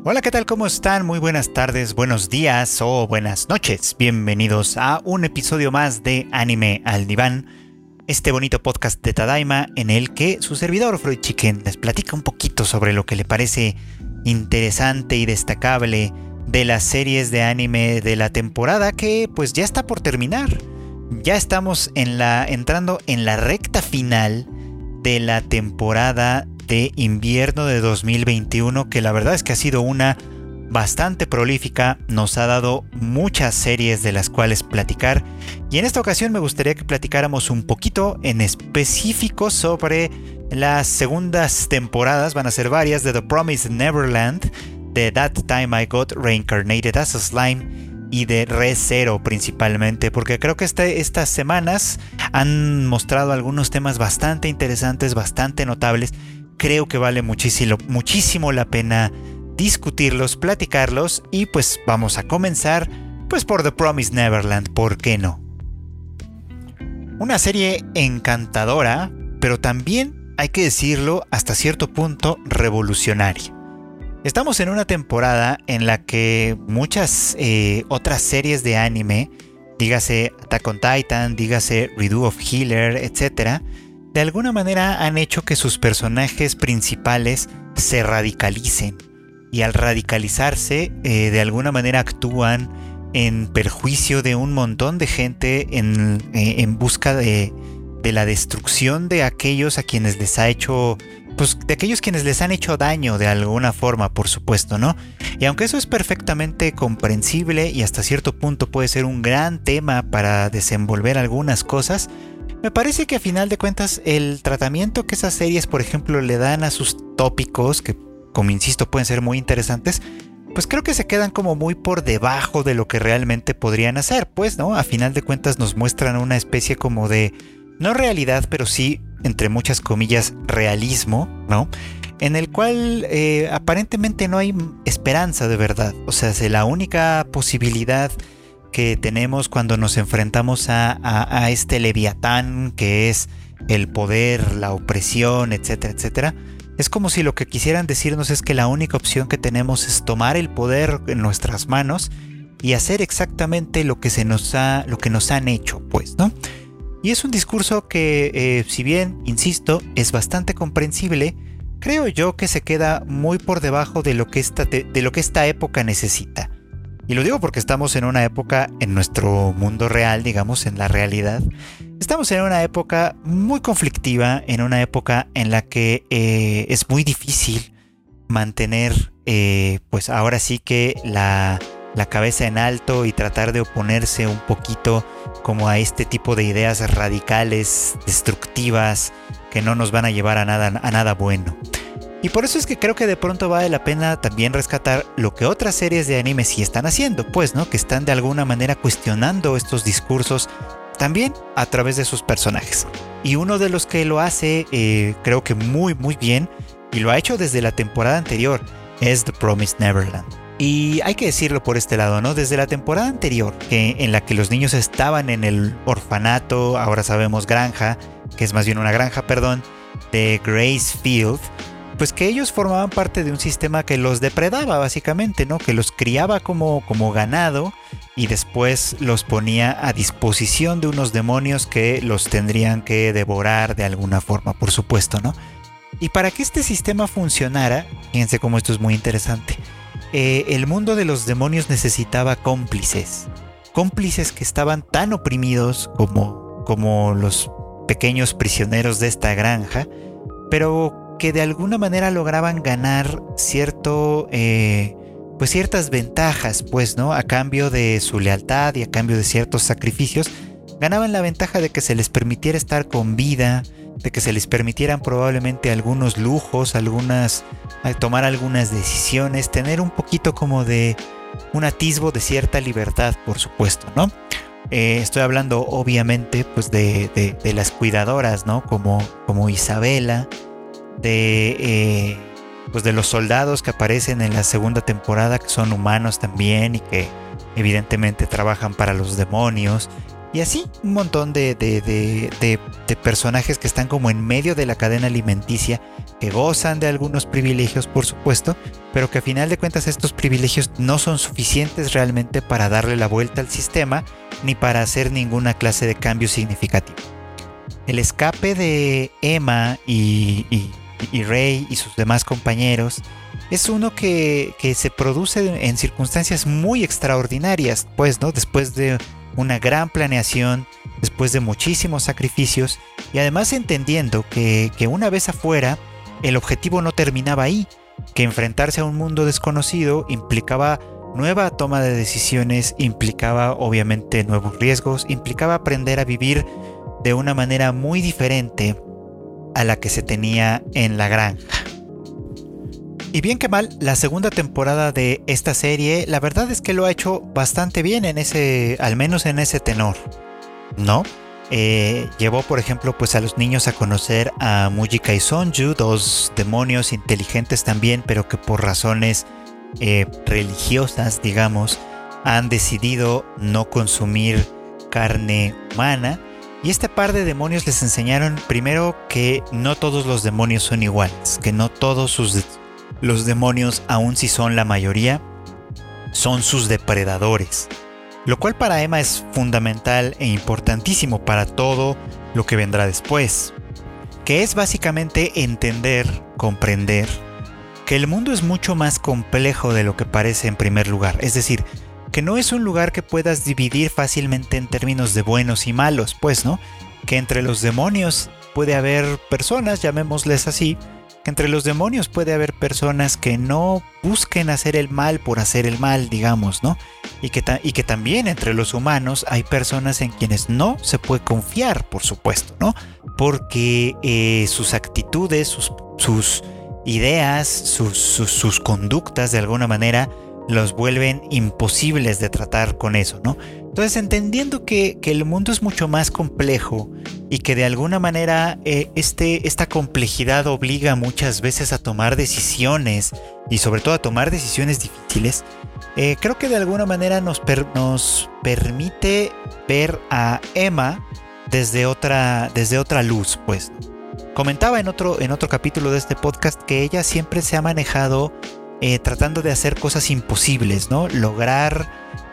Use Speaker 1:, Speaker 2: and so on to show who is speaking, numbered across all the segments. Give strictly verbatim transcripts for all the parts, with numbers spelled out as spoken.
Speaker 1: Hola, ¿qué tal? ¿Cómo están? Muy buenas tardes, buenos días o buenas noches. Bienvenidos a un episodio más de Anime al Diván, este bonito podcast de Tadaima en el que su servidor Freud Chicken les platica un poquito sobre lo que le parece interesante y destacable de las series de anime de la temporada que pues ya está por terminar. Ya estamos en la, entrando en la recta final de la temporada de invierno de dos mil veintiuno, que la verdad es que ha sido una bastante prolífica, nos ha dado muchas series de las cuales platicar, y en esta ocasión me gustaría que platicáramos un poquito en específico sobre las segundas temporadas, van a ser varias, de The Promised Neverland, de That Time I Got Reincarnated as a Slime y de Re:Zero principalmente, porque creo que este, estas semanas han mostrado algunos temas bastante interesantes, bastante notables. Creo que vale muchísimo, muchísimo la pena discutirlos, platicarlos, y pues vamos a comenzar pues por The Promised Neverland, ¿por qué no? Una serie encantadora, pero también, hay que decirlo, hasta cierto punto revolucionaria. Estamos en una temporada en la que muchas eh, otras series de anime, dígase Attack on Titan, dígase Redo of Healer, etcétera, de alguna manera han hecho que sus personajes principales se radicalicen, y al radicalizarse eh, de alguna manera actúan en perjuicio de un montón de gente en, eh, en busca de, de la destrucción de aquellos a quienes les ha hecho, pues de aquellos quienes les han hecho daño de alguna forma, por supuesto, ¿no? Y aunque eso es perfectamente comprensible y hasta cierto punto puede ser un gran tema para desenvolver algunas cosas, me parece que a final de cuentas el tratamiento que esas series, por ejemplo, le dan a sus tópicos, que como insisto pueden ser muy interesantes, pues creo que se quedan como muy por debajo de lo que realmente podrían hacer, pues, ¿no? A final de cuentas nos muestran una especie como de, no realidad, pero sí, entre muchas comillas, realismo, ¿no? En el cual eh, aparentemente no hay esperanza de verdad. O sea, si la única posibilidad que tenemos cuando nos enfrentamos a, a, a este leviatán que es el poder, la opresión, etcétera, etcétera, es como si lo que quisieran decirnos es que la única opción que tenemos es tomar el poder en nuestras manos y hacer exactamente lo que se nos ha, lo que nos han hecho, pues, ¿no? Y es un discurso que, eh, si bien, insisto, es bastante comprensible, creo yo que se queda muy por debajo de lo que esta, de, de lo que esta época necesita. Y lo digo porque estamos en una época, en nuestro mundo real, digamos, en la realidad, estamos en una época muy conflictiva, en una época en la que eh, es muy difícil mantener, eh, pues ahora sí que la, la cabeza en alto y tratar de oponerse un poquito como a este tipo de ideas radicales, destructivas, que no nos van a llevar a nada, a nada bueno. Y por eso es que creo que de pronto vale la pena también rescatar lo que otras series de anime sí están haciendo, pues, ¿no? Que están de alguna manera cuestionando estos discursos también a través de sus personajes. Y uno de los que lo hace, eh, creo que muy muy bien, y lo ha hecho desde la temporada anterior, es The Promised Neverland. Y hay que decirlo por este lado, ¿no? Desde la temporada anterior, que en la que los niños estaban en el orfanato, ahora sabemos granja, que es más bien una granja, perdón, de Gracefield, pues que ellos formaban parte de un sistema que los depredaba básicamente, ¿no? Que los criaba como, como ganado y después los ponía a disposición de unos demonios que los tendrían que devorar de alguna forma, por supuesto, ¿no? Y para que este sistema funcionara, fíjense cómo esto es muy interesante, eh, el mundo de los demonios necesitaba cómplices, cómplices que estaban tan oprimidos como, como los pequeños prisioneros de esta granja, pero que de alguna manera lograban ganar cierto, eh, pues ciertas ventajas, pues, ¿no? A cambio de su lealtad y a cambio de ciertos sacrificios, ganaban la ventaja de que se les permitiera estar con vida, de que se les permitieran probablemente algunos lujos, algunas, tomar algunas decisiones, tener un poquito como de un atisbo de cierta libertad, por supuesto, ¿no? Eh, estoy hablando obviamente pues de, de, de las cuidadoras, ¿no? Como, como Isabela, de, eh, pues de los soldados que aparecen en la segunda temporada, que son humanos también y que evidentemente trabajan para los demonios, Y así un montón de, de, de, de, de personajes que están como en medio de la cadena alimenticia, que gozan de algunos privilegios, por supuesto, pero que a final de cuentas estos privilegios no son suficientes realmente para darle la vuelta al sistema ni para hacer ninguna clase de cambio significativo. El escape de Emma y, y, y Ray y sus demás compañeros es uno que, que se produce en circunstancias muy extraordinarias, pues, ¿no? Después de una gran planeación, después de muchísimos sacrificios y además entendiendo que, que una vez afuera el objetivo no terminaba ahí, que enfrentarse a un mundo desconocido implicaba nueva toma de decisiones, implicaba obviamente nuevos riesgos, implicaba aprender a vivir de una manera muy diferente a la que se tenía en la granja. Y bien que mal, la segunda temporada de esta serie, la verdad es que lo ha hecho bastante bien en ese, al menos en ese tenor, ¿no? Eh, llevó, por ejemplo, pues a los niños a conocer a Mujika y Sonju, dos demonios inteligentes también, pero que por razones eh, religiosas, digamos, han decidido no consumir carne humana. Y este par de demonios les enseñaron primero que no todos los demonios son iguales, que no todos sus los demonios, aun si son la mayoría, son sus depredadores. Lo cual para Emma es fundamental e importantísimo para todo lo que vendrá después. Que es básicamente entender, comprender, que el mundo es mucho más complejo de lo que parece en primer lugar. Es decir, que no es un lugar que puedas dividir fácilmente en términos de buenos y malos, pues, ¿no? Que entre los demonios puede haber personas, llamémosles así, que entre los demonios puede haber personas que no busquen hacer el mal por hacer el mal, digamos, ¿no? Y que, ta- y que también entre los humanos hay personas en quienes no se puede confiar, por supuesto, ¿no? Porque eh, sus actitudes, sus, sus ideas, sus, sus, sus conductas de alguna manera los vuelven imposibles de tratar con eso, ¿no? Entonces, entendiendo que, que el mundo es mucho más complejo y que de alguna manera eh, este, esta complejidad obliga muchas veces a tomar decisiones y sobre todo a tomar decisiones difíciles, eh, creo que de alguna manera nos, per, nos permite ver a Emma desde otra, desde otra luz, pues. Comentaba en otro, en otro capítulo de este podcast que ella siempre se ha manejado eh, tratando de hacer cosas imposibles, ¿no? Lograr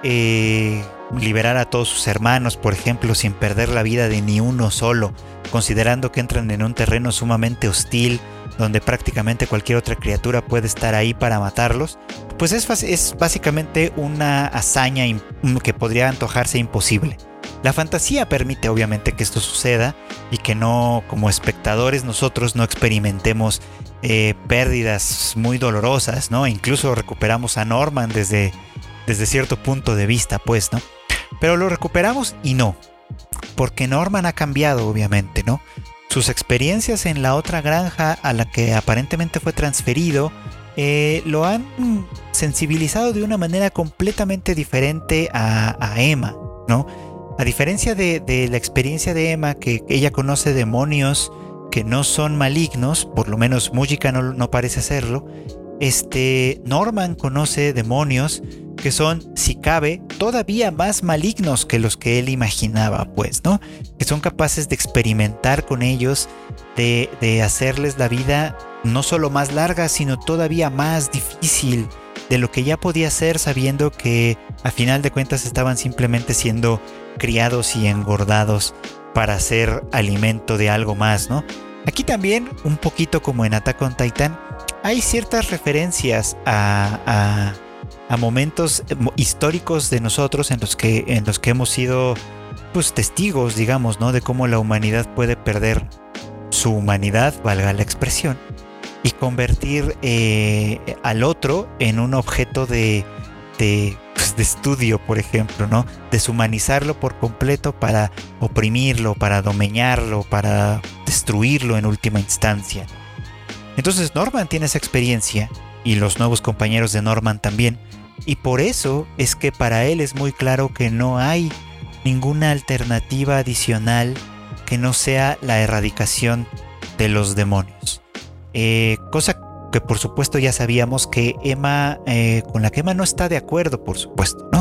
Speaker 1: eh, liberar a todos sus hermanos, por ejemplo, sin perder la vida de ni uno solo, considerando que entran en un terreno sumamente hostil, donde prácticamente cualquier otra criatura puede estar ahí para matarlos, pues es, es básicamente una hazaña que podría antojarse imposible. La fantasía permite obviamente que esto suceda y que no, como espectadores, nosotros no experimentemos eh, pérdidas muy dolorosas, ¿no? Incluso recuperamos a Norman desde, desde cierto punto de vista, pues, ¿no? Pero lo recuperamos y no, porque Norman ha cambiado, obviamente, ¿no? Sus experiencias en la otra granja a la que aparentemente fue transferido eh, lo han sensibilizado de una manera completamente diferente a, a Emma, ¿no? A diferencia de, de la experiencia de Emma, que ella conoce demonios que no son malignos, por lo menos Mujika no, no parece serlo, este, Norman conoce demonios que son, si cabe, todavía más malignos que los que él imaginaba, pues, ¿no? Que son capaces de experimentar con ellos, de, de hacerles la vida no solo más larga, sino todavía más difícil de lo que ya podía ser, sabiendo que a final de cuentas estaban simplemente siendo criados y engordados para ser alimento de algo más, ¿no? Aquí también, un poquito como en Attack on Titan, hay ciertas referencias a, a, a momentos históricos de nosotros en los que, en los que hemos sido, pues, testigos, digamos, ¿no? De cómo la humanidad puede perder su humanidad, valga la expresión, y convertir eh, al otro en un objeto de, de, pues, de estudio, por ejemplo, ¿no? Deshumanizarlo por completo para oprimirlo, para domeñarlo, para destruirlo en última instancia. Entonces Norman tiene esa experiencia y los nuevos compañeros de Norman también, y por eso es que para él es muy claro que no hay ninguna alternativa adicional que no sea la erradicación de los demonios. Eh, cosa que por supuesto ya sabíamos que Emma, eh, con la que Emma no está de acuerdo, por supuesto, ¿no?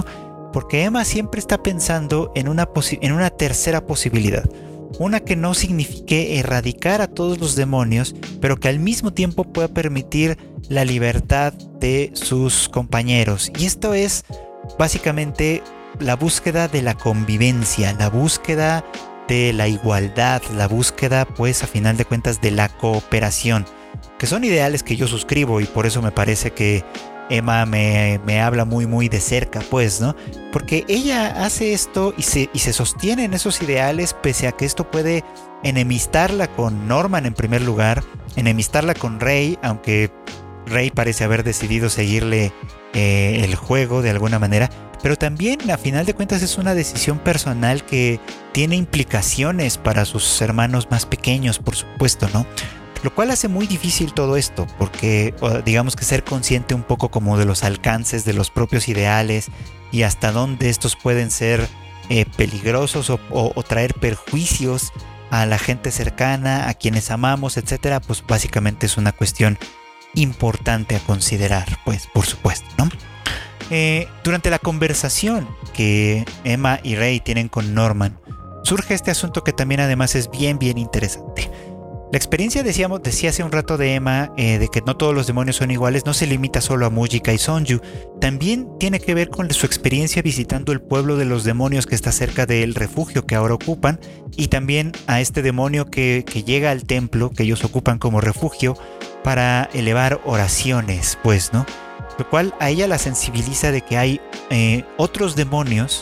Speaker 1: porque Emma siempre está pensando en una, posi- en una tercera posibilidad. Una que no signifique erradicar a todos los demonios, pero que al mismo tiempo pueda permitir la libertad de sus compañeros. Y esto es básicamente la búsqueda de la convivencia, la búsqueda de la igualdad, la búsqueda, pues a final de cuentas, de la cooperación, que son ideales que yo suscribo y por eso me parece que Emma me, me habla muy muy de cerca, pues, ¿no? Porque ella hace esto y se, y se sostiene en esos ideales, pese a que esto puede enemistarla con Norman en primer lugar, enemistarla con Rey, aunque Rey parece haber decidido seguirle eh, el juego de alguna manera, pero también a final de cuentas es una decisión personal que tiene implicaciones para sus hermanos más pequeños, por supuesto, ¿no? Lo cual hace muy difícil todo esto, porque digamos que ser consciente un poco como de los alcances de los propios ideales y hasta dónde estos pueden ser eh, peligrosos o, o, o traer perjuicios a la gente cercana, a quienes amamos, etcétera, pues básicamente es una cuestión importante a considerar, pues por supuesto, ¿no? Eh, durante la conversación que Emma y Rey tienen con Norman, surge este asunto que también además es bien bien interesante. La experiencia, decíamos, decía hace un rato de Emma, eh, de que no todos los demonios son iguales, no se limita solo a Mujika y Sonju, también tiene que ver con su experiencia visitando el pueblo de los demonios que está cerca del refugio que ahora ocupan, y también a este demonio que, que llega al templo que ellos ocupan como refugio para elevar oraciones, pues, ¿no? Lo cual a ella la sensibiliza de que hay eh, otros demonios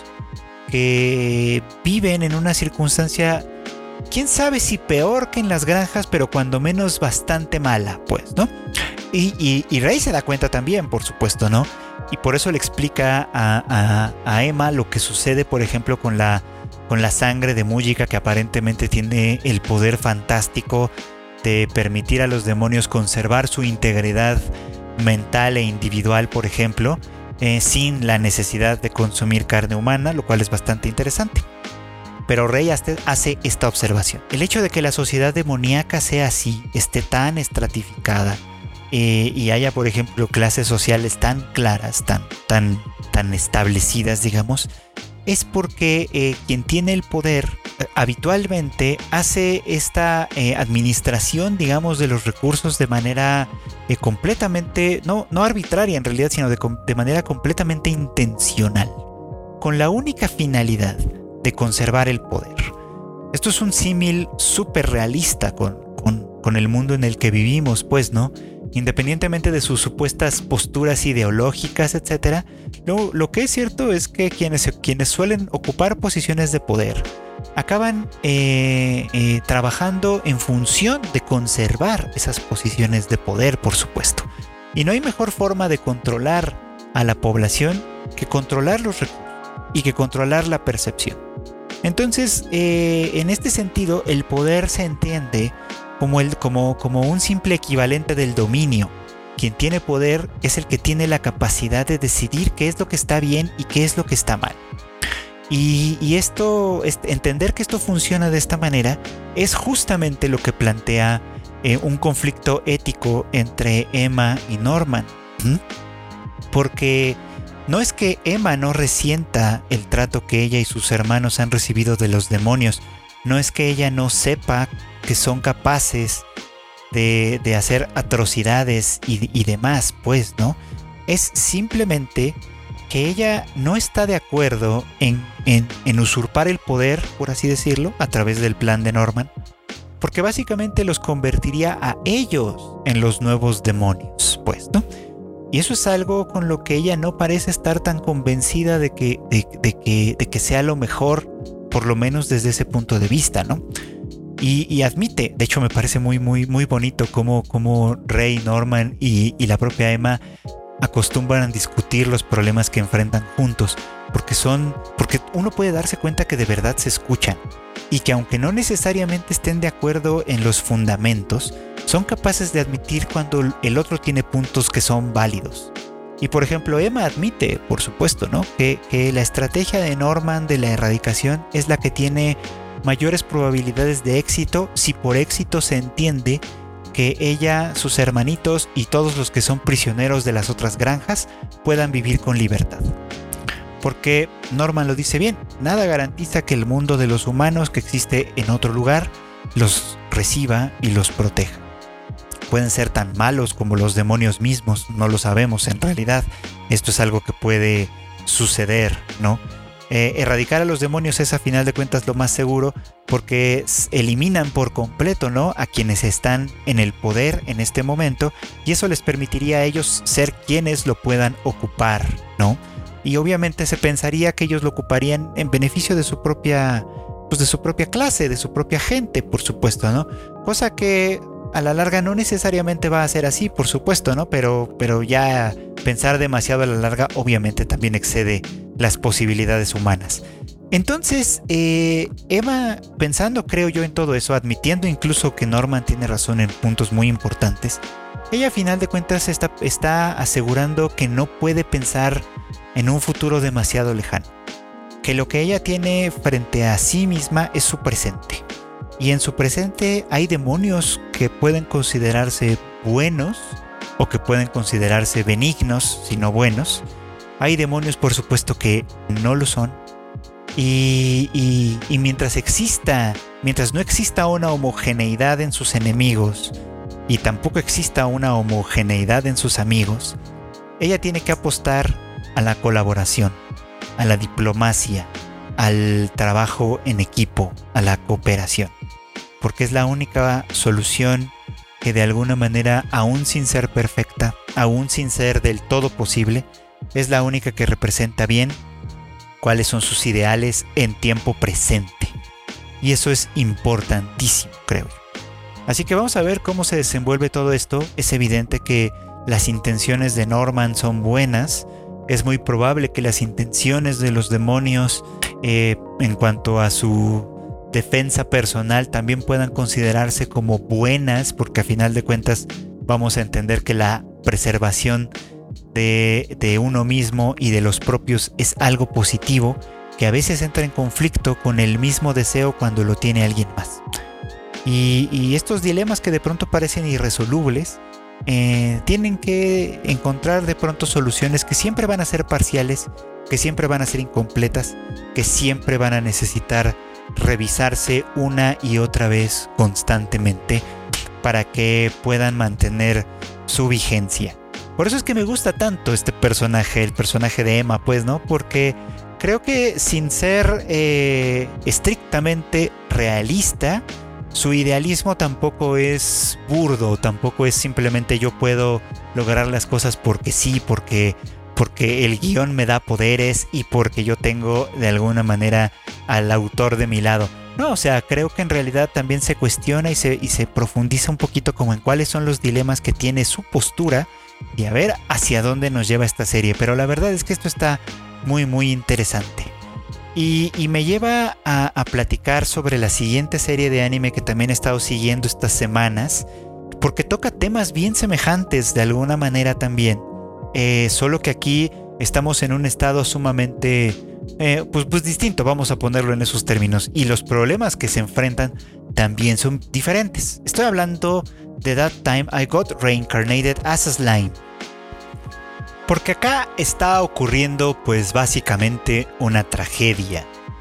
Speaker 1: que viven en una circunstancia, quién sabe si peor que en las granjas, pero cuando menos bastante mala, pues, ¿no? Y, y, y Rey se da cuenta también, por supuesto, ¿no? Y por eso le explica a, a, a Emma lo que sucede, por ejemplo, con la, con la sangre de Mujika, que aparentemente tiene el poder fantástico de permitir a los demonios conservar su integridad mental e individual, por ejemplo, eh, sin la necesidad de consumir carne humana, lo cual es bastante interesante. Pero Rey hace esta observación. El hecho de que la sociedad demoníaca sea así, esté tan estratificada, eh, y haya, por ejemplo, clases sociales tan claras, tan, tan, tan establecidas, digamos, es porque eh, quien tiene el poder eh, habitualmente hace esta eh, administración, digamos, de los recursos de manera eh, completamente, no, no arbitraria en realidad, sino de, de manera completamente intencional, con la única finalidad de conservar el poder. Esto es un símil súper realista con, con, con el mundo en el que vivimos, pues, ¿no? Independientemente de sus supuestas posturas ideológicas, etcétera, lo, lo que es cierto es que quienes, quienes suelen ocupar posiciones de poder acaban eh, eh, trabajando en función de conservar esas posiciones de poder, por supuesto. Y no hay mejor forma de controlar a la población que controlar los recursos y que controlar la percepción. Entonces, eh, en este sentido, el poder se entiende como, el, como, como un simple equivalente del dominio. Quien tiene poder es el que tiene la capacidad de decidir qué es lo que está bien y qué es lo que está mal. Y, y esto, entender que esto funciona de esta manera es justamente lo que plantea eh, un conflicto ético entre Emma y Norman. ¿Mm? Porque no es que Emma no resienta el trato que ella y sus hermanos han recibido de los demonios, no es que ella no sepa que son capaces de, de hacer atrocidades y, y demás, pues, ¿no? Es simplemente que ella no está de acuerdo en, en, en usurpar el poder, por así decirlo, a través del plan de Norman, porque básicamente los convertiría a ellos en los nuevos demonios, pues, ¿no? Y eso es algo con lo que ella no parece estar tan convencida de que, de, de que, de que sea lo mejor, por lo menos desde ese punto de vista, ¿no? Y, y admite, de hecho me parece muy, muy, muy bonito cómo, cómo Rey, Norman y, y la propia Emma acostumbran a discutir los problemas que enfrentan juntos, porque son, porque uno puede darse cuenta que de verdad se escuchan y que aunque no necesariamente estén de acuerdo en los fundamentos, son capaces de admitir cuando el otro tiene puntos que son válidos. Y por ejemplo, Emma admite, por supuesto, ¿no? que, que la estrategia de Norman de la erradicación es la que tiene mayores probabilidades de éxito, si por éxito se entiende que ella, sus hermanitos y todos los que son prisioneros de las otras granjas puedan vivir con libertad. Porque Norman lo dice bien, nada garantiza que el mundo de los humanos que existe en otro lugar los reciba y los proteja. Pueden ser tan malos como los demonios mismos, no lo sabemos en realidad. Esto es algo que puede suceder, ¿no? Eh, erradicar a los demonios es a final de cuentas lo más seguro, porque eliminan por completo, ¿no?, a quienes están en el poder en este momento, y eso les permitiría a ellos ser quienes lo puedan ocupar, ¿no? Y obviamente se pensaría que ellos lo ocuparían en beneficio de su propia, pues de su propia clase, de su propia gente, por supuesto, ¿no? Cosa que a la larga no necesariamente va a ser así, por supuesto, ¿no? Pero, pero ya pensar demasiado a la larga obviamente también excede las posibilidades humanas. Entonces, eh, Emma, pensando creo yo en todo eso, admitiendo incluso que Norman tiene razón en puntos muy importantes, ella a final de cuentas está, está asegurando que no puede pensar en un futuro demasiado lejano, que lo que ella tiene frente a sí misma es su presente. Y en su presente hay demonios que pueden considerarse buenos o que pueden considerarse benignos, si no buenos. Hay demonios, por supuesto, que no lo son. Y, y, y mientras exista, mientras no exista una homogeneidad en sus enemigos y tampoco exista una homogeneidad en sus amigos, ella tiene que apostar a la colaboración, a la diplomacia, al trabajo en equipo, a la cooperación. Porque es la única solución que de alguna manera, aún sin ser perfecta, aún sin ser del todo posible, es la única que representa bien cuáles son sus ideales en tiempo presente. Y eso es importantísimo, creo yo. Así que vamos a ver cómo se desenvuelve todo esto. Es evidente que las intenciones de Norman son buenas. Es muy probable que las intenciones de los demonios eh, en cuanto a su defensa personal también puedan considerarse como buenas, porque a final de cuentas vamos a entender que la preservación de, de uno mismo y de los propios es algo positivo, que a veces entra en conflicto con el mismo deseo cuando lo tiene alguien más. Y, y estos dilemas que de pronto parecen irresolubles, eh, tienen que encontrar de pronto soluciones que siempre van a ser parciales, que siempre van a ser incompletas, que siempre van a necesitar revisarse una y otra vez constantemente para que puedan mantener su vigencia. Por eso es que me gusta tanto este personaje, el personaje de Emma, pues, ¿no? Porque creo que sin ser eh, estrictamente realista, su idealismo tampoco es burdo, tampoco es simplemente yo puedo lograr las cosas porque sí, porque porque el guión me da poderes y porque yo tengo de alguna manera al autor de mi lado. No, o sea, creo que en realidad también se cuestiona y se, y se profundiza un poquito como en cuáles son los dilemas que tiene su postura y a ver hacia dónde nos lleva esta serie. Pero la verdad es que esto está muy muy interesante. Y, y me lleva a, a platicar sobre la siguiente serie de anime que también he estado siguiendo estas semanas, porque toca temas bien semejantes de alguna manera también. Eh, solo que aquí estamos en un estado sumamente eh, pues, pues distinto, vamos a ponerlo en esos términos, y los problemas que se enfrentan también son diferentes. Estoy hablando de That Time I Got Reincarnated as a Slime, porque acá está ocurriendo pues básicamente una tragedia.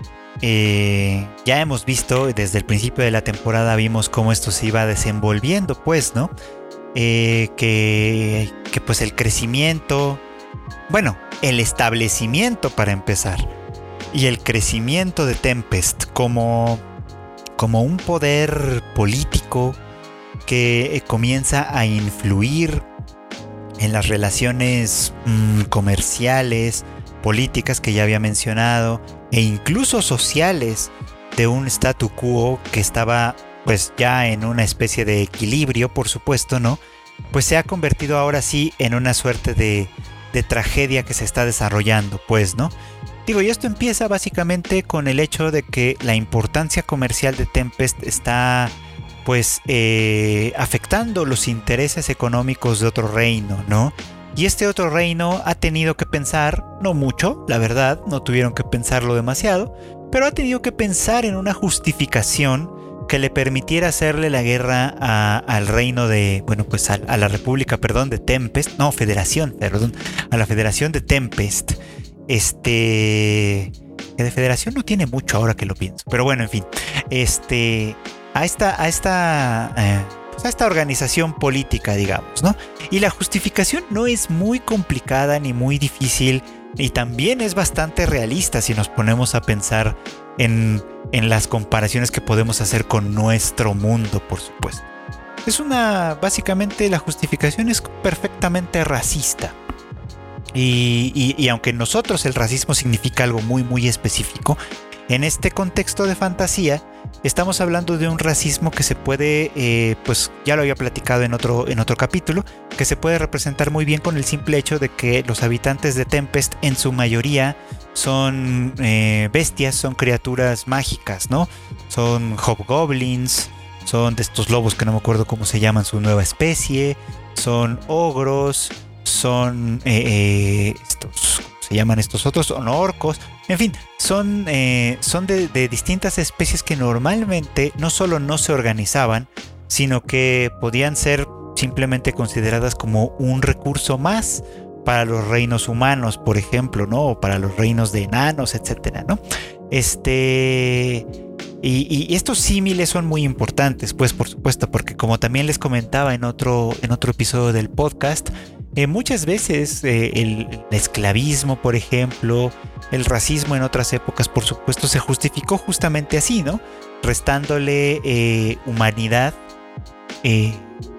Speaker 1: Eh, ya hemos visto desde el principio de la temporada, vimos cómo esto se iba desenvolviendo, pues, ¿no? Eh, que, que pues el crecimiento, bueno, el establecimiento para empezar, y el crecimiento de Tempest como, como un poder político que comienza a influir en las relaciones mmm, comerciales, políticas que ya había mencionado, e incluso sociales de un statu quo que estaba pues ya en una especie de equilibrio, por supuesto, ¿no? Pues se ha convertido ahora sí en una suerte de, de tragedia que se está desarrollando, pues, ¿no? Digo, y esto empieza básicamente con el hecho de que la importancia comercial de Tempest está, pues, eh, afectando los intereses económicos de otro reino, ¿no? Y este otro reino ha tenido que pensar, no mucho, la verdad, no tuvieron que pensarlo demasiado, pero ha tenido que pensar en una justificación que le permitiera hacerle la guerra a, al reino de, bueno, pues a, a la república, perdón, de Tempest, no, federación, perdón, a la federación de Tempest. este... que de federación no tiene mucho ahora que lo pienso. Pero bueno, en fin. Este... A esta... A esta... Eh, pues a esta organización política, digamos, ¿no? Y la justificación no es muy complicada ni muy difícil. Y también es bastante realista si nos ponemos a pensar en, en las comparaciones que podemos hacer con nuestro mundo, por supuesto. Es una... Básicamente la justificación es perfectamente racista. Y, y, y aunque en nosotros el racismo significa algo muy muy específico, en este contexto de fantasía estamos hablando de un racismo que se puede, eh, pues ya lo había platicado en otro, en otro capítulo, que se puede representar muy bien con el simple hecho de que los habitantes de Tempest en su mayoría son eh, bestias, son criaturas mágicas, ¿no? Son hobgoblins, son de estos lobos que no me acuerdo cómo se llaman su nueva especie, son ogros, son eh, eh, estos, ¿cómo se llaman estos otros? Son orcos, en fin, son, eh, son de, de distintas especies que normalmente no solo no se organizaban, sino que podían ser simplemente consideradas como un recurso más para los reinos humanos, por ejemplo, ¿no? O para los reinos de enanos, etcétera, ¿no? Este... Y, y estos símiles son muy importantes, pues por supuesto, porque como también les comentaba en otro, en otro episodio del podcast, eh, muchas veces eh, el, el esclavismo, por ejemplo, el racismo en otras épocas, por supuesto, se justificó justamente así, ¿no? Restándole eh, humanidad eh,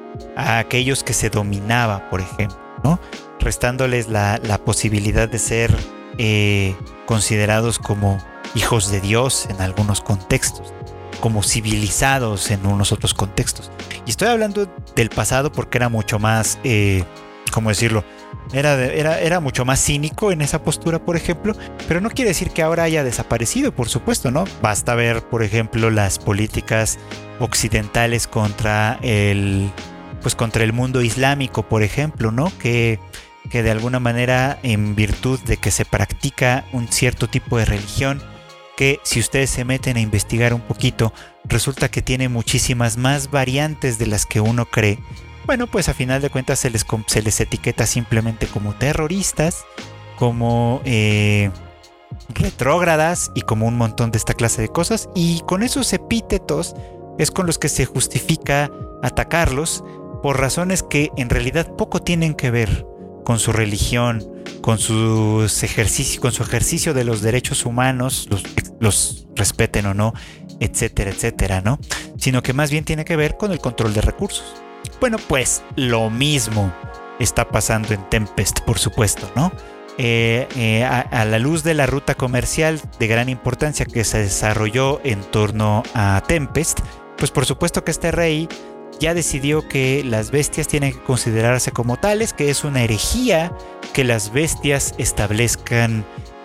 Speaker 1: a aquellos que se dominaba, por ejemplo, ¿no? Restándoles la, la posibilidad de ser eh, considerados como hijos de Dios en algunos contextos, como civilizados en unos otros contextos. Y estoy hablando del pasado porque era mucho más, eh, ¿cómo decirlo? Era, de, era, era mucho más cínico en esa postura, por ejemplo, pero no quiere decir que ahora haya desaparecido, por supuesto, ¿no? Basta ver, por ejemplo, las políticas occidentales contra el, pues contra el mundo islámico, por ejemplo, ¿no? Que, que de alguna manera, en virtud de que se practica un cierto tipo de religión, que si ustedes se meten a investigar un poquito, resulta que tiene muchísimas más variantes de las que uno cree. Bueno, pues a final de cuentas se les, se les etiqueta simplemente como terroristas, como eh, retrógradas y como un montón de esta clase de cosas. Y con esos epítetos es con los que se justifica atacarlos por razones que en realidad poco tienen que ver con su religión, con sus ejercicios, con su ejercicio de los derechos humanos, los, los respeten o no, etcétera, etcétera, ¿no? Sino que más bien tiene que ver con el control de recursos. Bueno, pues lo mismo está pasando en Tempest, por supuesto, ¿no? Eh, eh, a, a la luz de la ruta comercial de gran importancia que se desarrolló en torno a Tempest, pues por supuesto que este rey ya decidió que las bestias tienen que considerarse como tales, que es una herejía que las bestias establezcan,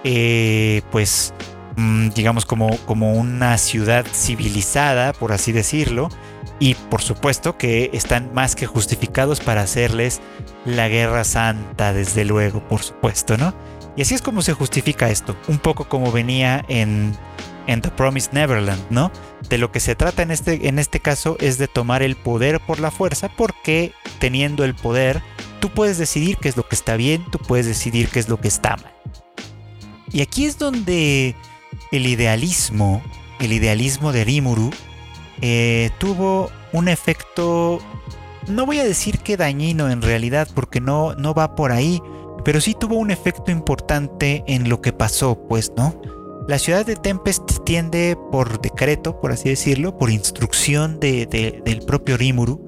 Speaker 1: eh, pues, mmm, digamos, como, como una ciudad civilizada, por así decirlo, y por supuesto que están más que justificados para hacerles la guerra santa, desde luego, por supuesto, ¿no? Y así es como se justifica esto, un poco como venía en, en The Promised Neverland, ¿no? De lo que se trata en este, en este caso es de tomar el poder por la fuerza, porque teniendo el poder, tú puedes decidir qué es lo que está bien, tú puedes decidir qué es lo que está mal. Y aquí es donde el idealismo, el idealismo de Rimuru, eh, tuvo un efecto, no voy a decir que dañino en realidad, porque no, no va por ahí, pero sí tuvo un efecto importante en lo que pasó, pues, ¿no? La ciudad de Tempest tiende por decreto, por así decirlo, por instrucción de, de, del propio Rimuru,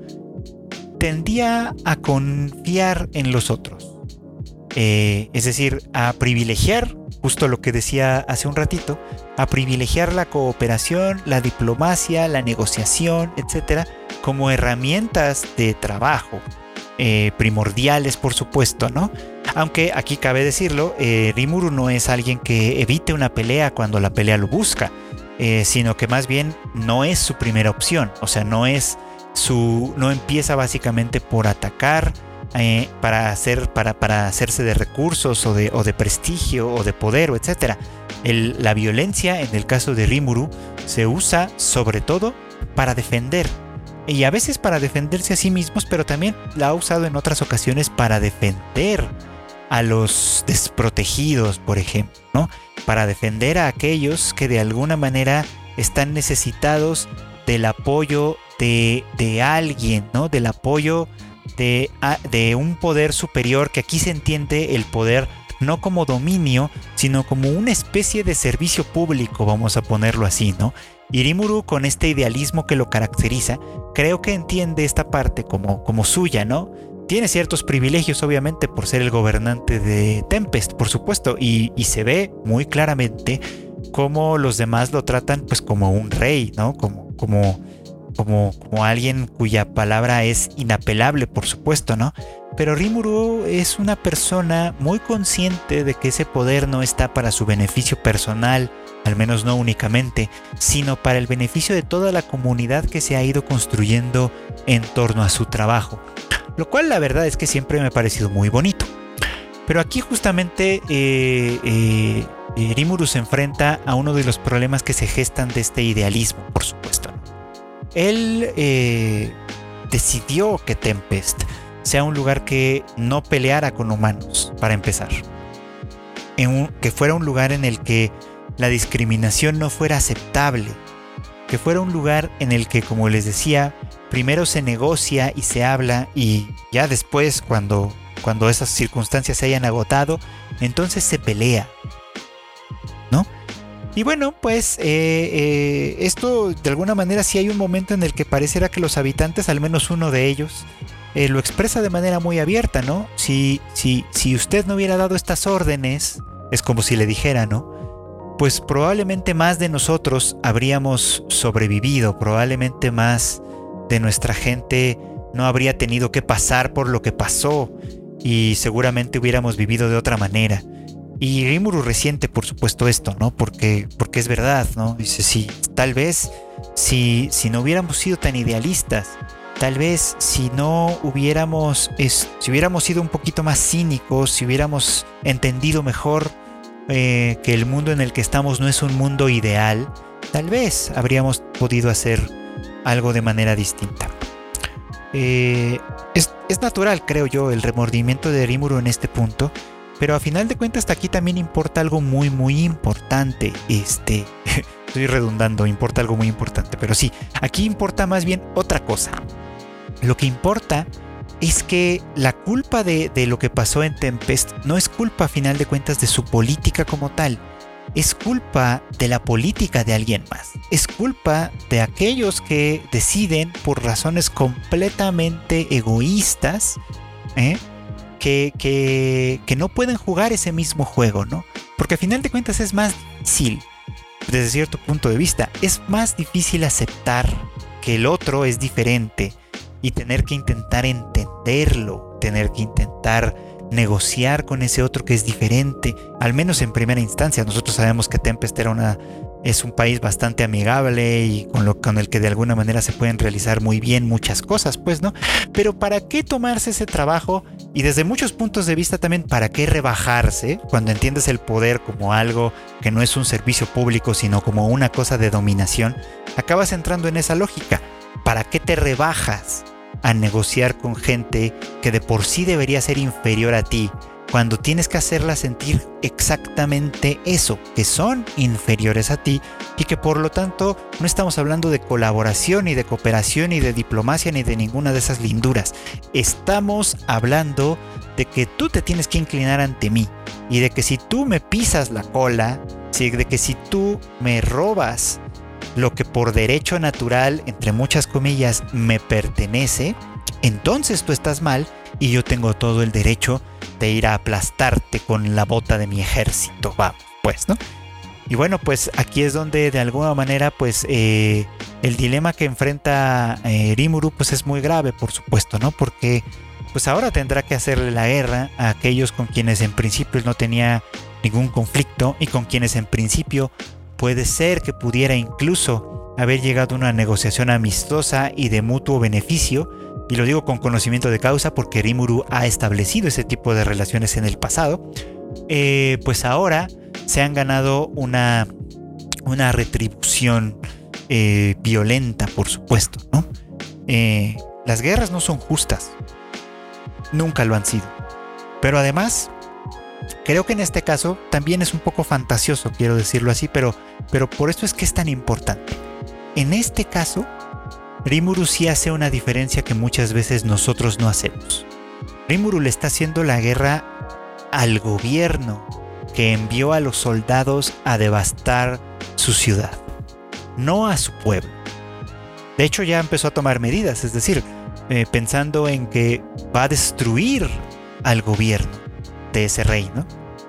Speaker 1: tendía a confiar en los otros. Eh, es decir, a privilegiar, justo lo que decía hace un ratito, a privilegiar la cooperación, la diplomacia, la negociación, etcétera, como herramientas de trabajo. Eh, primordiales, por supuesto, ¿no? Aunque aquí cabe decirlo, eh, Rimuru no es alguien que evite una pelea cuando la pelea lo busca, eh, sino que más bien no es su primera opción. O sea, no es su, no empieza básicamente por atacar eh, para hacer, para, para hacerse de recursos o de, o de prestigio o de poder, o etcétera. El, la violencia, en el caso de Rimuru, se usa sobre todo para defender. Y a veces para defenderse a sí mismos, pero también la ha usado en otras ocasiones para defender a los desprotegidos, por ejemplo, ¿no? Para defender a aquellos que de alguna manera están necesitados del apoyo de, de alguien, ¿no? Del apoyo de, de un poder superior, que aquí se entiende el poder no como dominio, sino como una especie de servicio público, vamos a ponerlo así, ¿no? Y Rimuru, con este idealismo que lo caracteriza, creo que entiende esta parte como, como suya, ¿no? Tiene ciertos privilegios, obviamente, por ser el gobernante de Tempest, por supuesto, y, y se ve muy claramente cómo los demás lo tratan pues como un rey, ¿no? Como, como, como, como alguien cuya palabra es inapelable, por supuesto, ¿no? Pero Rimuru es una persona muy consciente de que ese poder no está para su beneficio personal, al menos no únicamente, sino para el beneficio de toda la comunidad que se ha ido construyendo en torno a su trabajo. Lo cual la verdad es que siempre me ha parecido muy bonito. Pero aquí justamente eh, eh, Rimuru se enfrenta a uno de los problemas que se gestan de este idealismo, por supuesto. Él eh, decidió que Tempest sea un lugar que no peleara con humanos, para empezar. En un, que fuera un lugar en el que la discriminación no fuera aceptable. Que fuera un lugar en el que, como les decía, primero se negocia y se habla, y ya después, cuando, cuando esas circunstancias se hayan agotado, entonces se pelea, ¿no? Y bueno, pues eh, eh, esto de alguna manera sí hay un momento en el que pareciera que los habitantes, al menos uno de ellos, eh, lo expresa de manera muy abierta, ¿no? Si, si, si usted no hubiera dado estas órdenes, es como si le dijera, ¿no? Pues probablemente más de nosotros habríamos sobrevivido, probablemente más de nuestra gente no habría tenido que pasar por lo que pasó y seguramente hubiéramos vivido de otra manera. Y Rimuru resiente, por supuesto, esto, ¿no? Porque, porque es verdad, ¿no? Dice, sí, tal vez si, si no hubiéramos sido tan idealistas, tal vez si no hubiéramos, es, si hubiéramos sido un poquito más cínicos, si hubiéramos entendido mejor eh, que el mundo en el que estamos no es un mundo ideal, tal vez habríamos podido hacer algo de manera distinta. Eh, es, es natural, creo yo, el remordimiento de Rimuru en este punto, pero a final de cuentas aquí también importa algo muy muy importante. Este, estoy redundando, importa algo muy importante, pero sí, aquí importa más bien otra cosa. Lo que importa es que la culpa de, de lo que pasó en Tempest no es culpa a final de cuentas de su política como tal. Es culpa de la política de alguien más. Es culpa de aquellos que deciden por razones completamente egoístas, ¿eh? que, que, que no pueden jugar ese mismo juego, ¿no? Porque a final de cuentas es más difícil, desde cierto punto de vista, es más difícil aceptar que el otro es diferente y tener que intentar entenderlo, tener que intentar negociar con ese otro que es diferente, al menos en primera instancia. Nosotros sabemos que Tempest era una, es un país bastante amigable y con, lo, con el que de alguna manera se pueden realizar muy bien muchas cosas, pues, ¿no? Pero ¿para qué tomarse ese trabajo? Y desde muchos puntos de vista también, ¿para qué rebajarse cuando entiendes el poder como algo que no es un servicio público, sino como una cosa de dominación? Acabas entrando en esa lógica. ¿Para qué te rebajas a negociar con gente que de por sí debería ser inferior a ti, cuando tienes que hacerla sentir exactamente eso, que son inferiores a ti y que por lo tanto no estamos hablando de colaboración ni de cooperación ni de diplomacia ni de ninguna de esas linduras? Estamos hablando de que tú te tienes que inclinar ante mí y de que si tú me pisas la cola, de que si tú me robas lo que por derecho natural, entre muchas comillas, me pertenece, entonces tú estás mal y yo tengo todo el derecho de ir a aplastarte con la bota de mi ejército, vamos, pues, ¿no? Y bueno, pues aquí es donde de alguna manera, pues, eh, el dilema que enfrenta eh, Rimuru, pues es muy grave, por supuesto, ¿no? Porque, pues ahora tendrá que hacerle la guerra a aquellos con quienes en principio no tenía ningún conflicto y con quienes en principio puede ser que pudiera incluso haber llegado a una negociación amistosa y de mutuo beneficio, y lo digo con conocimiento de causa porque Rimuru ha establecido ese tipo de relaciones en el pasado. Eh, pues ahora se han ganado una, una retribución eh, violenta, por supuesto, ¿no? Eh, las guerras no son justas, nunca lo han sido, pero además creo que en este caso también es un poco fantasioso, quiero decirlo así, pero, pero por eso es que es tan importante. En este caso, Rimuru sí hace una diferencia que muchas veces nosotros no hacemos. Rimuru le está haciendo la guerra al gobierno que envió a los soldados a devastar su ciudad, no a su pueblo. De hecho, ya empezó a tomar medidas, es decir, eh, pensando en que va a destruir al gobierno de ese reino.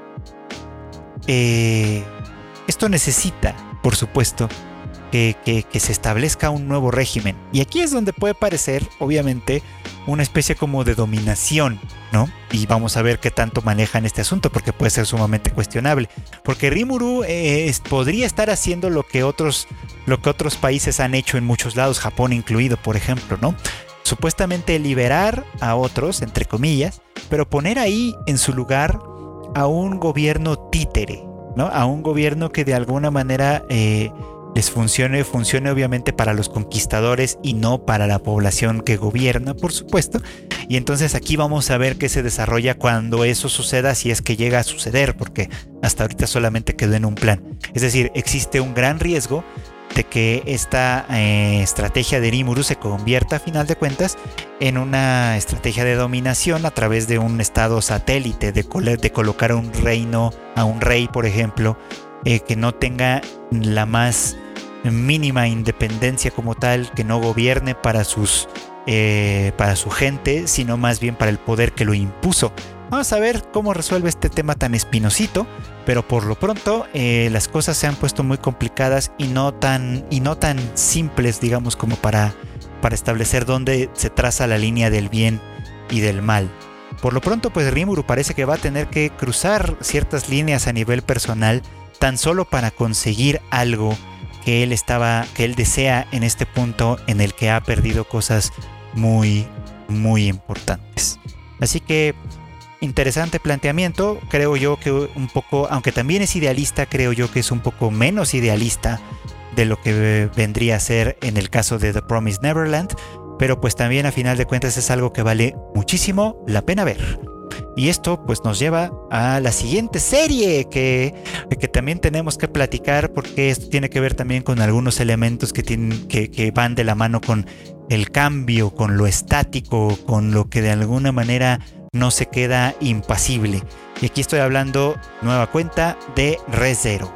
Speaker 1: Eh, esto necesita, por supuesto, que, que, que se establezca un nuevo régimen. Y aquí es donde puede parecer, obviamente, una especie como de dominación, ¿no? Y vamos a ver qué tanto manejan este asunto, porque puede ser sumamente cuestionable. Porque Rimuru eh, podría estar haciendo lo que otros, lo que otros países han hecho en muchos lados, Japón incluido, por ejemplo, ¿no? Supuestamente liberar a otros, entre comillas, pero poner ahí en su lugar a un gobierno títere, ¿no? A un gobierno que de alguna manera eh, les funcione, funcione obviamente para los conquistadores y no para la población que gobierna, por supuesto. Y entonces aquí vamos a ver qué se desarrolla cuando eso suceda, si es que llega a suceder, porque hasta ahorita solamente quedó en un plan. Es decir, existe un gran riesgo de que esta eh, estrategia de Rimuru se convierta a final de cuentas en una estrategia de dominación a través de un estado satélite, de, col- de colocar a un reino, a un rey, por ejemplo, eh, que no tenga la más mínima independencia como tal, que no gobierne para sus eh, para su gente, sino más bien para el poder que lo impuso. Vamos a ver cómo resuelve este tema tan espinosito, pero por lo pronto eh, las cosas se han puesto muy complicadas y no tan, y no tan simples, digamos, como para, para establecer dónde se traza la línea del bien y del mal. Por lo pronto, pues Rimuru parece que va a tener que cruzar ciertas líneas a nivel personal tan solo para conseguir algo que él estaba, que él desea en este punto en el que ha perdido cosas muy, muy importantes. Así que interesante planteamiento, creo yo que un poco, aunque también es idealista, creo yo que es un poco menos idealista de lo que vendría a ser en el caso de The Promised Neverland, pero pues también a final de cuentas es algo que vale muchísimo la pena ver. Y esto pues nos lleva a la siguiente serie que, que también tenemos que platicar, porque esto tiene que ver también con algunos elementos que, tienen, que, que van de la mano con el cambio, con lo estático, con lo que de alguna manera no se queda impasible. Y aquí estoy hablando, nueva cuenta, de Re:Zero,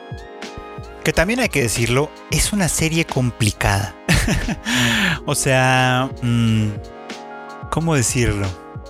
Speaker 1: que también hay que decirlo, es una serie complicada. O sea, mmm, ¿cómo decirlo?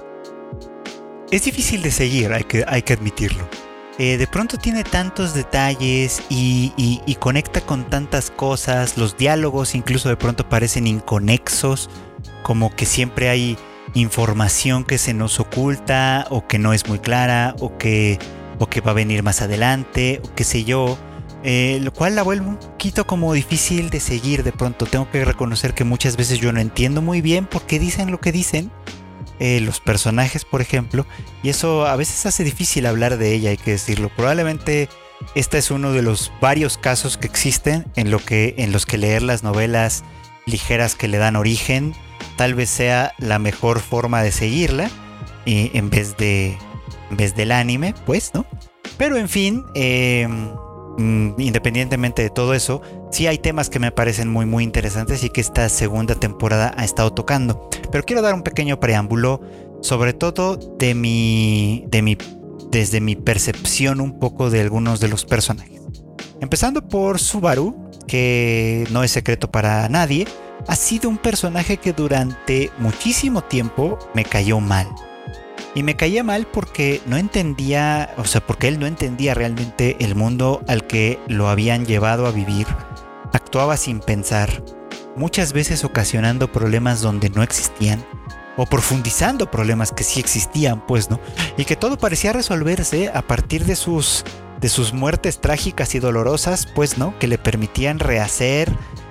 Speaker 1: Es difícil de seguir, hay que, hay que admitirlo. Eh, de pronto tiene tantos detalles y, y, y conecta con tantas cosas. Los diálogos incluso de pronto parecen inconexos, como que siempre hay información que se nos oculta o que no es muy clara o que, o que va a venir más adelante o qué sé yo. Eh, lo cual la vuelve un poquito como difícil de seguir de pronto. Tengo que reconocer que muchas veces yo no entiendo muy bien por qué dicen lo que dicen. Eh, los personajes, por ejemplo, y eso a veces hace difícil hablar de ella, hay que decirlo. Probablemente este es uno de los varios casos que existen en, lo que, en los que leer las novelas ligeras que le dan origen tal vez sea la mejor forma de seguirla, eh, en vez de en vez del anime, pues, ¿no? Pero en fin, eh, independientemente de todo eso, sí hay temas que me parecen muy muy interesantes y que esta segunda temporada ha estado tocando. Pero quiero dar un pequeño preámbulo, sobre todo de mi, de mi, desde mi percepción un poco de algunos de los personajes. Empezando por Subaru, que no es secreto para nadie, ha sido un personaje que durante muchísimo tiempo me cayó mal. Y me caía mal porque no entendía, o sea, porque él no entendía realmente el mundo al que lo habían llevado a vivir. Actuaba sin pensar, muchas veces ocasionando problemas donde no existían, o profundizando problemas que sí existían, pues, ¿no? Y que todo parecía resolverse a partir de sus, de sus muertes trágicas y dolorosas, pues, ¿no? Que le permitían rehacer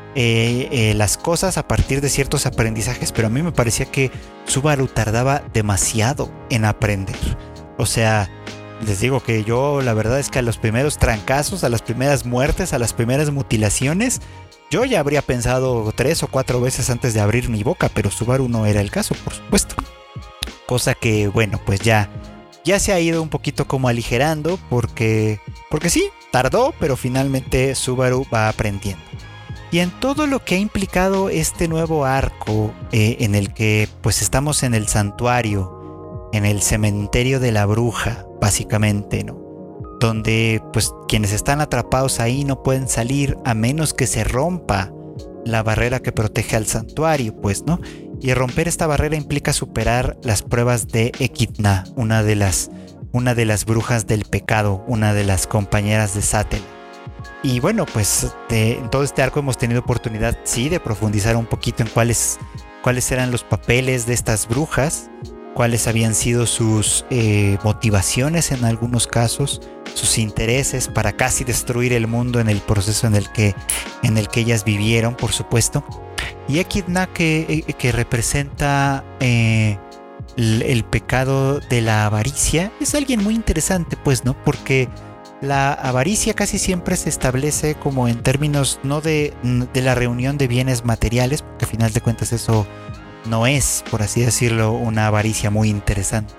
Speaker 1: eh, eh, las cosas a partir de ciertos aprendizajes, pero a mí me parecía que Subaru tardaba demasiado en aprender. O sea, les digo que yo la verdad es que a los primeros trancazos, a las primeras muertes, a las primeras mutilaciones, yo ya habría pensado tres o cuatro veces antes de abrir mi boca, pero Subaru no era el caso, por supuesto. Cosa que, bueno, pues ya ya se ha ido un poquito como aligerando porque, porque sí, tardó, pero finalmente Subaru va aprendiendo. Y en todo lo que ha implicado este nuevo arco eh, en el que pues estamos en el santuario, en el cementerio de la bruja, básicamente, ¿no? Donde pues quienes están atrapados ahí no pueden salir a menos que se rompa la barrera que protege al santuario, pues, ¿no? Y romper esta barrera implica superar las pruebas de Echidna, una de las, una de las brujas del pecado, una de las compañeras de Sattel. Y bueno, pues de, en todo este arco hemos tenido oportunidad, sí, de profundizar un poquito en cuáles, cuáles eran los papeles de estas brujas, cuáles habían sido sus eh, motivaciones en algunos casos, sus intereses para casi destruir el mundo en el proceso en el que, en el que ellas vivieron, por supuesto. Y Echidna que, que representa eh, el, el pecado de la avaricia, es alguien muy interesante, pues, ¿no? Porque la avaricia casi siempre se establece como en términos no de, de la reunión de bienes materiales, porque al final de cuentas eso no es, por así decirlo, una avaricia muy interesante,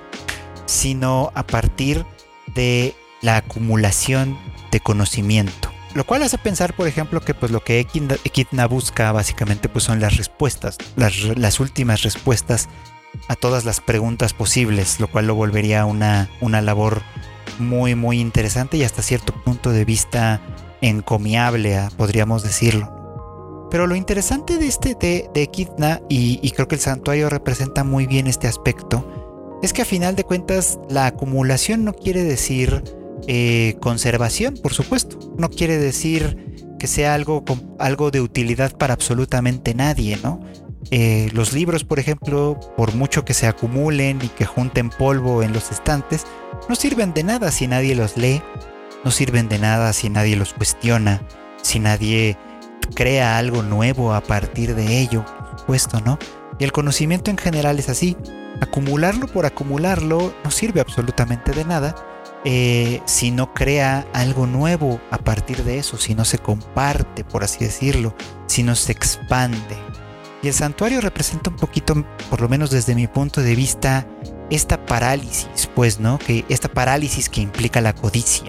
Speaker 1: sino a partir de la acumulación de conocimiento. Lo cual hace pensar, por ejemplo, que pues lo que Echidna, Echidna busca básicamente pues son las respuestas, las, las últimas respuestas a todas las preguntas posibles, lo cual lo volvería una, una labor muy muy interesante y hasta cierto punto de vista encomiable, podríamos decirlo. Pero lo interesante de este de, de Echidna, y, y creo que el santuario representa muy bien este aspecto, es que a final de cuentas la acumulación no quiere decir eh, conservación, por supuesto. No quiere decir que sea algo, algo de utilidad para absolutamente nadie, ¿no? Eh, los libros, por ejemplo, por mucho que se acumulen y que junten polvo en los estantes, no sirven de nada si nadie los lee, no sirven de nada si nadie los cuestiona, si nadie crea algo nuevo a partir de ello, por supuesto, ¿no? Y el conocimiento en general es así. Acumularlo por acumularlo no sirve absolutamente de nada eh, si no crea algo nuevo a partir de eso, si no se comparte, por así decirlo, si no se expande. Y el santuario representa un poquito, por lo menos desde mi punto de vista, esta parálisis, pues, ¿no? Que esta parálisis que implica la codicia.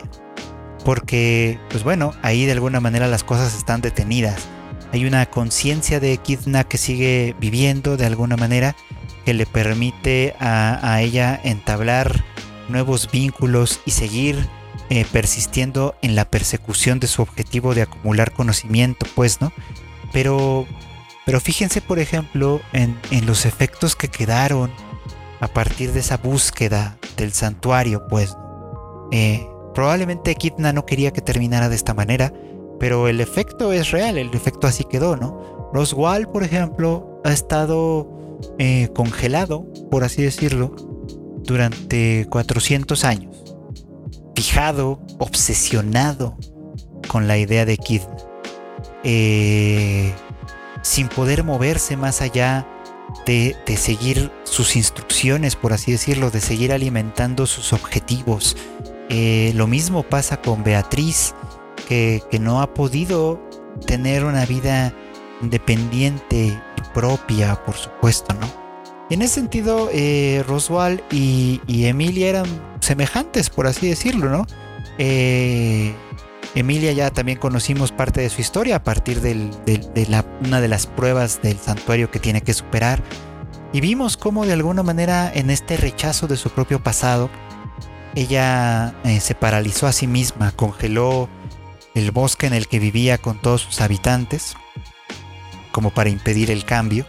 Speaker 1: Porque, pues bueno, ahí de alguna manera las cosas están detenidas. Hay una conciencia de Echidna que sigue viviendo de alguna manera, que le permite a, a ella entablar nuevos vínculos y seguir eh, persistiendo en la persecución de su objetivo de acumular conocimiento, pues, ¿no? Pero... Pero fíjense, por ejemplo, en, en los efectos que quedaron a partir de esa búsqueda del santuario, pues. Eh, probablemente Echidna no quería que terminara de esta manera, pero el efecto es real, el efecto así quedó, ¿no? Roswaal, por ejemplo, ha estado eh, congelado, por así decirlo, durante cuatrocientos años. Fijado, obsesionado con la idea de Echidna. Eh... sin poder moverse más allá de, de seguir sus instrucciones, por así decirlo, de seguir alimentando sus objetivos. Eh, lo mismo pasa con Beatriz, que, que no ha podido tener una vida independiente y propia, por supuesto, ¿no? Y en ese sentido, eh, Roswaal y, y Emilia eran semejantes, por así decirlo, ¿no? Eh... Emilia ya también conocimos parte de su historia a partir del, del, de la, una de las pruebas del santuario que tiene que superar, y vimos cómo de alguna manera en este rechazo de su propio pasado ella eh, se paralizó a sí misma, congeló el bosque en el que vivía con todos sus habitantes como para impedir el cambio,